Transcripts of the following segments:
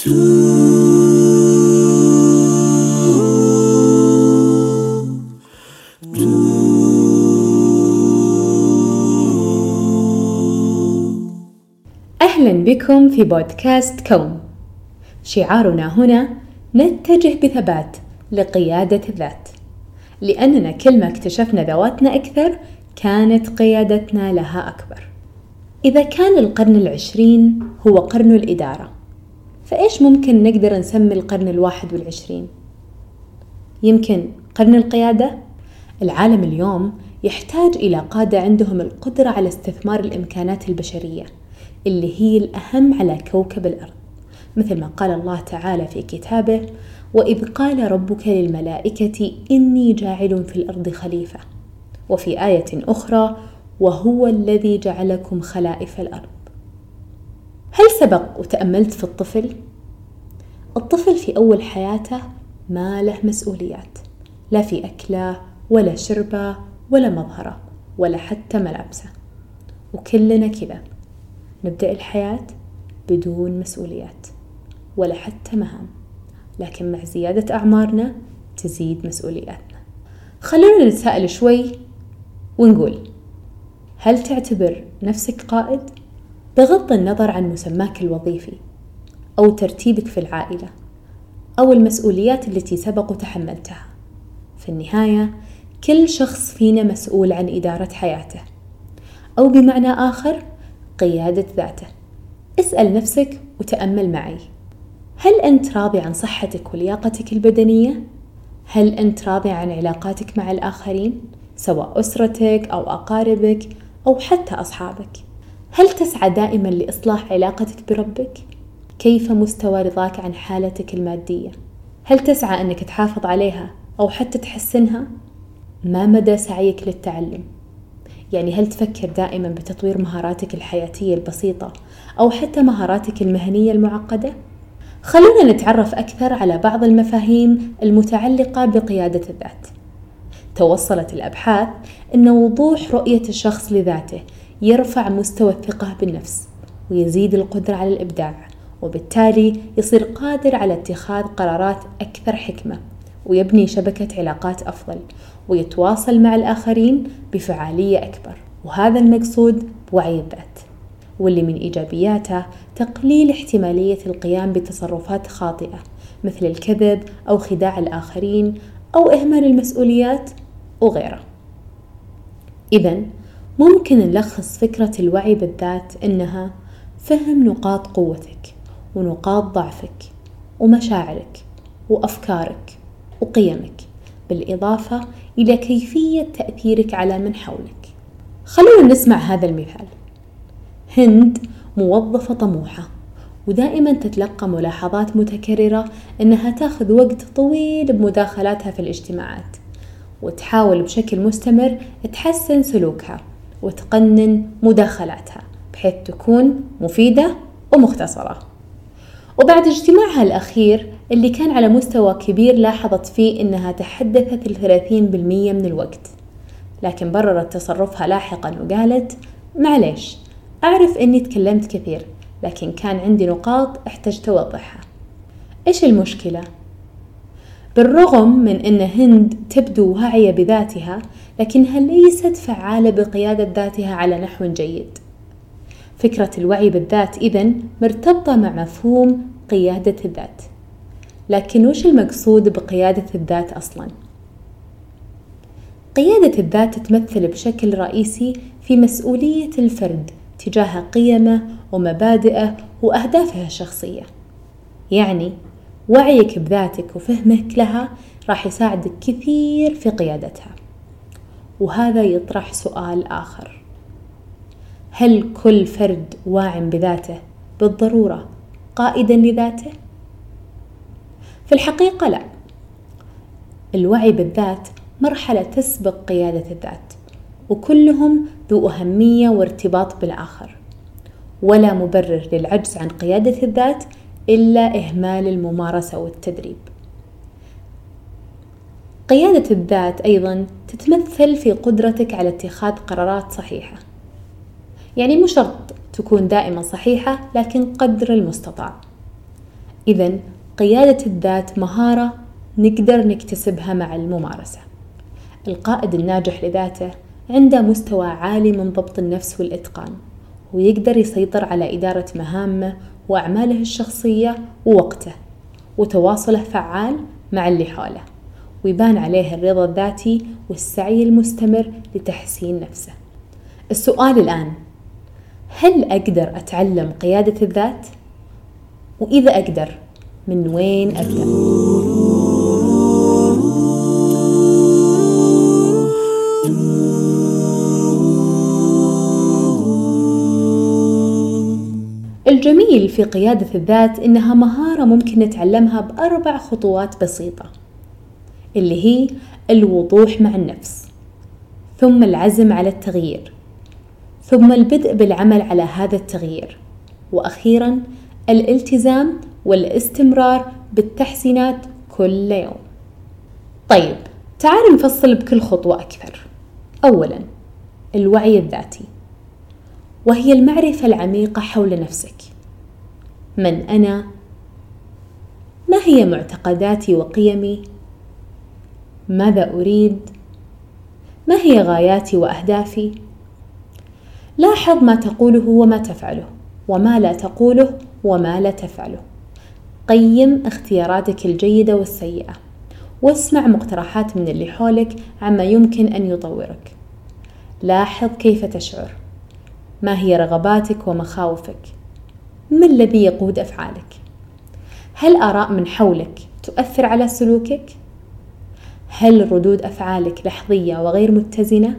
أهلا بكم في بودكاست كون. شعارنا هنا نتجه بثبات لقيادة الذات، لأننا كل ما اكتشفنا ذواتنا أكثر كانت قيادتنا لها أكبر. إذا كان القرن 20 هو قرن الإدارة، فإيش ممكن نقدر نسمي القرن 21؟ يمكن قرن القيادة؟ العالم اليوم يحتاج إلى قادة عندهم القدرة على استثمار الإمكانات البشرية اللي هي الأهم على كوكب الأرض، مثل ما قال الله تعالى في كتابه: وإذ قال ربك للملائكة إني جاعل في الأرض خليفة، وفي آية أخرى: وهو الذي جعلكم خلائف الأرض. هل سبق وتأملت في الطفل؟ الطفل في أول حياته ما له مسؤوليات، لا في أكله ولا شربه ولا مظهره ولا حتى ملابسه، وكلنا كذا نبدأ الحياة بدون مسؤوليات ولا حتى مهام، لكن مع زيادة أعمارنا تزيد مسؤولياتنا. خلونا نتساءل شوي ونقول: هل تعتبر نفسك قائد؟ بغض النظر عن مسماك الوظيفي أو ترتيبك في العائلة أو المسؤوليات التي سبق وتحملتها، في النهاية كل شخص فينا مسؤول عن إدارة حياته، أو بمعنى آخر قيادة ذاته. اسأل نفسك وتأمل معي: هل أنت راضي عن صحتك ولياقتك البدنية؟ هل أنت راضي عن علاقاتك مع الآخرين، سواء أسرتك أو أقاربك أو حتى أصحابك؟ هل تسعى دائما لإصلاح علاقتك بربك؟ كيف مستوى رضاك عن حالتك المادية؟ هل تسعى أنك تحافظ عليها أو حتى تحسنها؟ ما مدى سعيك للتعلم؟ يعني هل تفكر دائما بتطوير مهاراتك الحياتية البسيطة أو حتى مهاراتك المهنية المعقدة؟ خلونا نتعرف أكثر على بعض المفاهيم المتعلقة بقيادة الذات. توصلت الأبحاث أن وضوح رؤية الشخص لذاته يرفع مستوى الثقة بالنفس ويزيد القدرة على الإبداع، وبالتالي يصير قادر على اتخاذ قرارات أكثر حكمة، ويبني شبكة علاقات أفضل، ويتواصل مع الآخرين بفعالية أكبر. وهذا المقصود بوعي الذات، واللي من إيجابياته تقليل احتمالية القيام بتصرفات خاطئة مثل الكذب أو خداع الآخرين أو إهمال المسؤوليات وغيره. إذن ممكن نلخص فكرة الوعي بالذات إنها فهم نقاط قوتك ونقاط ضعفك ومشاعرك وأفكارك وقيمك، بالإضافة إلى كيفية تأثيرك على من حولك. خلونا نسمع هذا المثال. هند موظفة طموحة ودائما تتلقى ملاحظات متكررة أنها تأخذ وقت طويل بمداخلاتها في الاجتماعات، وتحاول بشكل مستمر تحسن سلوكها وتقنن مداخلاتها بحيث تكون مفيدة ومختصرة. وبعد اجتماعها الأخير اللي كان على مستوى كبير لاحظت فيه أنها تحدثت 30% من الوقت، لكن بررت تصرفها لاحقا وقالت: معليش، أعرف أني تكلمت كثير، لكن كان عندي نقاط احتجت أوضحها. إيش المشكلة؟ بالرغم من أن هند تبدو واعية بذاتها، لكنها ليست فعالة بقيادة ذاتها على نحو جيد. فكرة الوعي بالذات إذن مرتبطة مع مفهوم قيادة الذات. لكن وش المقصود بقيادة الذات أصلاً؟ قيادة الذات تتمثل بشكل رئيسي في مسؤولية الفرد تجاه قيمه ومبادئه وأهدافه الشخصية. يعني وعيك بذاتك وفهمك لها راح يساعدك كثير في قيادتها. وهذا يطرح سؤال آخر: هل كل فرد واع بذاته بالضرورة قائدا لذاته؟ في الحقيقة لا. الوعي بالذات مرحلة تسبق قيادة الذات، وكلهم ذو أهمية وارتباط بالآخر، ولا مبرر للعجز عن قيادة الذات إلا إهمال الممارسة والتدريب. قيادة الذات أيضا تتمثل في قدرتك على اتخاذ قرارات صحيحة، يعني مو شرط تكون دائما صحيحة، لكن قدر المستطاع. إذن قيادة الذات مهارة نقدر نكتسبها مع الممارسة. القائد الناجح لذاته عنده مستوى عالي من ضبط النفس والإتقان، ويقدر يسيطر على إدارة مهامه وأعماله الشخصية ووقته، وتواصله فعال مع اللي حوله، ويبان عليه الرضا الذاتي والسعي المستمر لتحسين نفسه. السؤال الآن: هل أقدر أتعلم قيادة الذات؟ وإذا أقدر، من وين أبدأ؟ الجميل في قيادة الذات إنها مهارة ممكن نتعلمها ب4 خطوات بسيطة، اللي هي الوضوح مع النفس، ثم العزم على التغيير، ثم البدء بالعمل على هذا التغيير، وأخيراً الالتزام والاستمرار بالتحسينات كل يوم. طيب، تعالوا نفصل بكل خطوة أكثر. أولاً، الوعي الذاتي، وهي المعرفة العميقة حول نفسك. من أنا؟ ما هي معتقداتي وقيمي؟ ماذا أريد؟ ما هي غاياتي وأهدافي؟ لاحظ ما تقوله وما تفعله، وما لا تقوله وما لا تفعله. قيم اختياراتك الجيدة والسيئة، واسمع مقترحات من اللي حولك عما يمكن أن يطورك. لاحظ كيف تشعر، ما هي رغباتك ومخاوفك، ما الذي يقود أفعالك. هل آراء من حولك تؤثر على سلوكك؟ هل ردود أفعالك لحظية وغير متزنة؟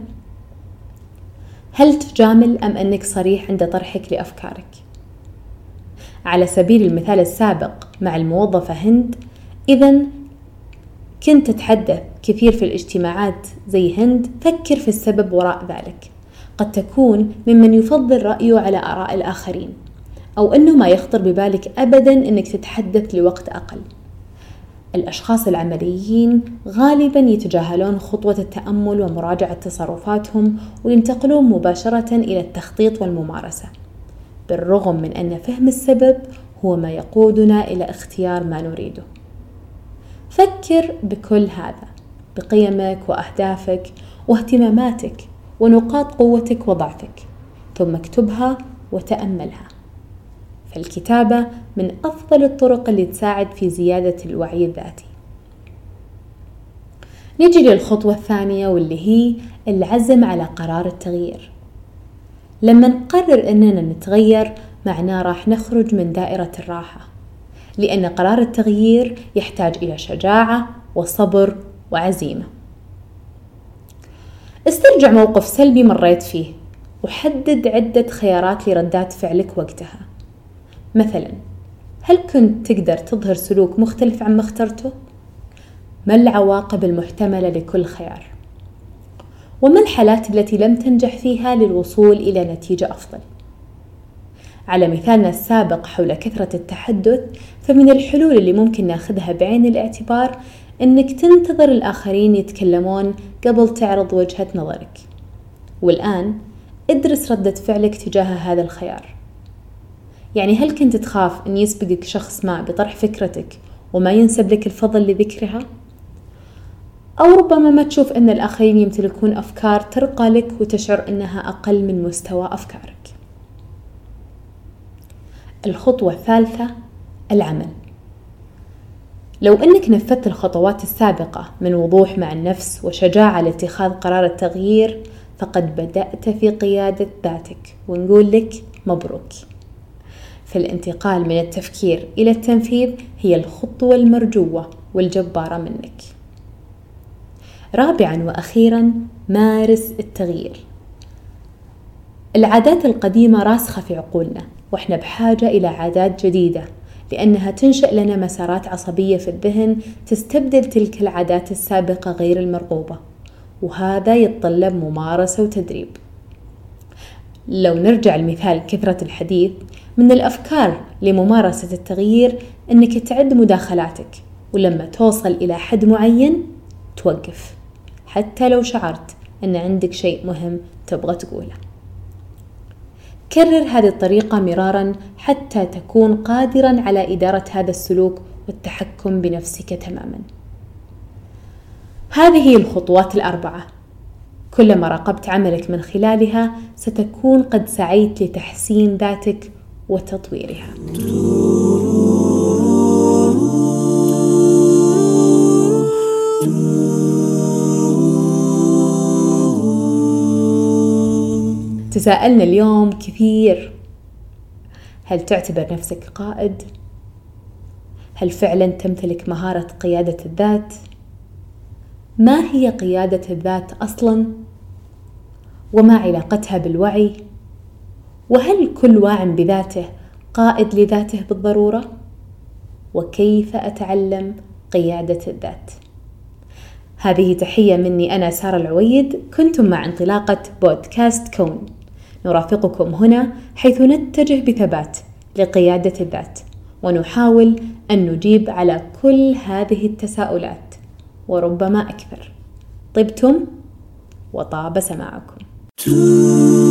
هل تجامل أم أنك صريح عند طرحك لأفكارك؟ على سبيل المثال السابق مع الموظفة هند، إذن كنت تتحدث كثير في الاجتماعات زي هند، فكر في السبب وراء ذلك. قد تكون ممن يفضل رأيه على آراء الآخرين، أو أنه ما يخطر ببالك أبداً أنك تتحدث لوقت أقل. الأشخاص العمليين غالباً يتجاهلون خطوة التأمل ومراجعة تصرفاتهم، وينتقلون مباشرة إلى التخطيط والممارسة، بالرغم من أن فهم السبب هو ما يقودنا إلى اختيار ما نريده. فكر بكل هذا، بقيمك وأهدافك واهتماماتك ونقاط قوتك وضعفك، ثم اكتبها وتأملها. فالكتابة من أفضل الطرق اللي تساعد في زيادة الوعي الذاتي. نجي للخطوة الثانية، واللي هي العزم على قرار التغيير. لما نقرر أننا نتغير، معناه راح نخرج من دائرة الراحة، لأن قرار التغيير يحتاج إلى شجاعة وصبر وعزيمة. استرجع موقف سلبي مريت فيه، وحدد عدة خيارات لردات فعلك وقتها. مثلا، هل كنت تقدر تظهر سلوك مختلف عن ما اخترته؟ ما العواقب المحتملة لكل خيار؟ وما الحالات التي لم تنجح فيها للوصول إلى نتيجة أفضل؟ على مثالنا السابق حول كثرة التحدث، فمن الحلول اللي ممكن ناخذها بعين الاعتبار أنك تنتظر الآخرين يتكلمون قبل تعرض وجهة نظرك. والآن ادرس ردة فعلك تجاه هذا الخيار. يعني هل كنت تخاف أن يسبقك شخص ما بطرح فكرتك وما ينسب لك الفضل لذكرها؟ أو ربما ما تشوف أن الآخرين يمتلكون أفكار ترقى لك وتشعر أنها أقل من مستوى أفكارك. الخطوة الثالثة، العمل. لو أنك نفذت الخطوات السابقة من وضوح مع النفس وشجاعة لاتخاذ قرار التغيير، فقد بدأت في قيادة ذاتك، ونقول لك مبروك. فالانتقال من التفكير إلى التنفيذ هي الخطوة المرجوة والجبارة منك. رابعاً وأخيراً، مارس التغيير. العادات القديمة راسخة في عقولنا، وإحنا بحاجة إلى عادات جديدة، لأنها تنشئ لنا مسارات عصبية في الذهن تستبدل تلك العادات السابقة غير المرغوبة، وهذا يتطلب ممارسة وتدريب. لو نرجع لمثال كثرة الحديث، من الأفكار لممارسة التغيير أنك تعد مداخلاتك، ولما توصل إلى حد معين توقف، حتى لو شعرت أن عندك شيء مهم تبغى تقوله. كرر هذه الطريقة مراراً حتى تكون قادراً على إدارة هذا السلوك والتحكم بنفسك تماماً. هذه هي الخطوات 4. كلما راقبت عملك من خلالها ستكون قد سعيت لتحسين ذاتك وتطويرها. تساءلنا اليوم كثير: هل تعتبر نفسك قائد؟ هل فعلا تمتلك مهارة قيادة الذات؟ ما هي قيادة الذات أصلا؟ وما علاقتها بالوعي؟ وهل كل واع بذاته قائد لذاته بالضرورة؟ وكيف أتعلم قيادة الذات؟ هذه تحية مني أنا سارة العويد. كنتم مع انطلاقة بودكاست كون. نرافقكم هنا حيث نتجه بثبات لقيادة الذات، ونحاول أن نجيب على كل هذه التساؤلات وربما أكثر. طبتم وطاب سماعكم.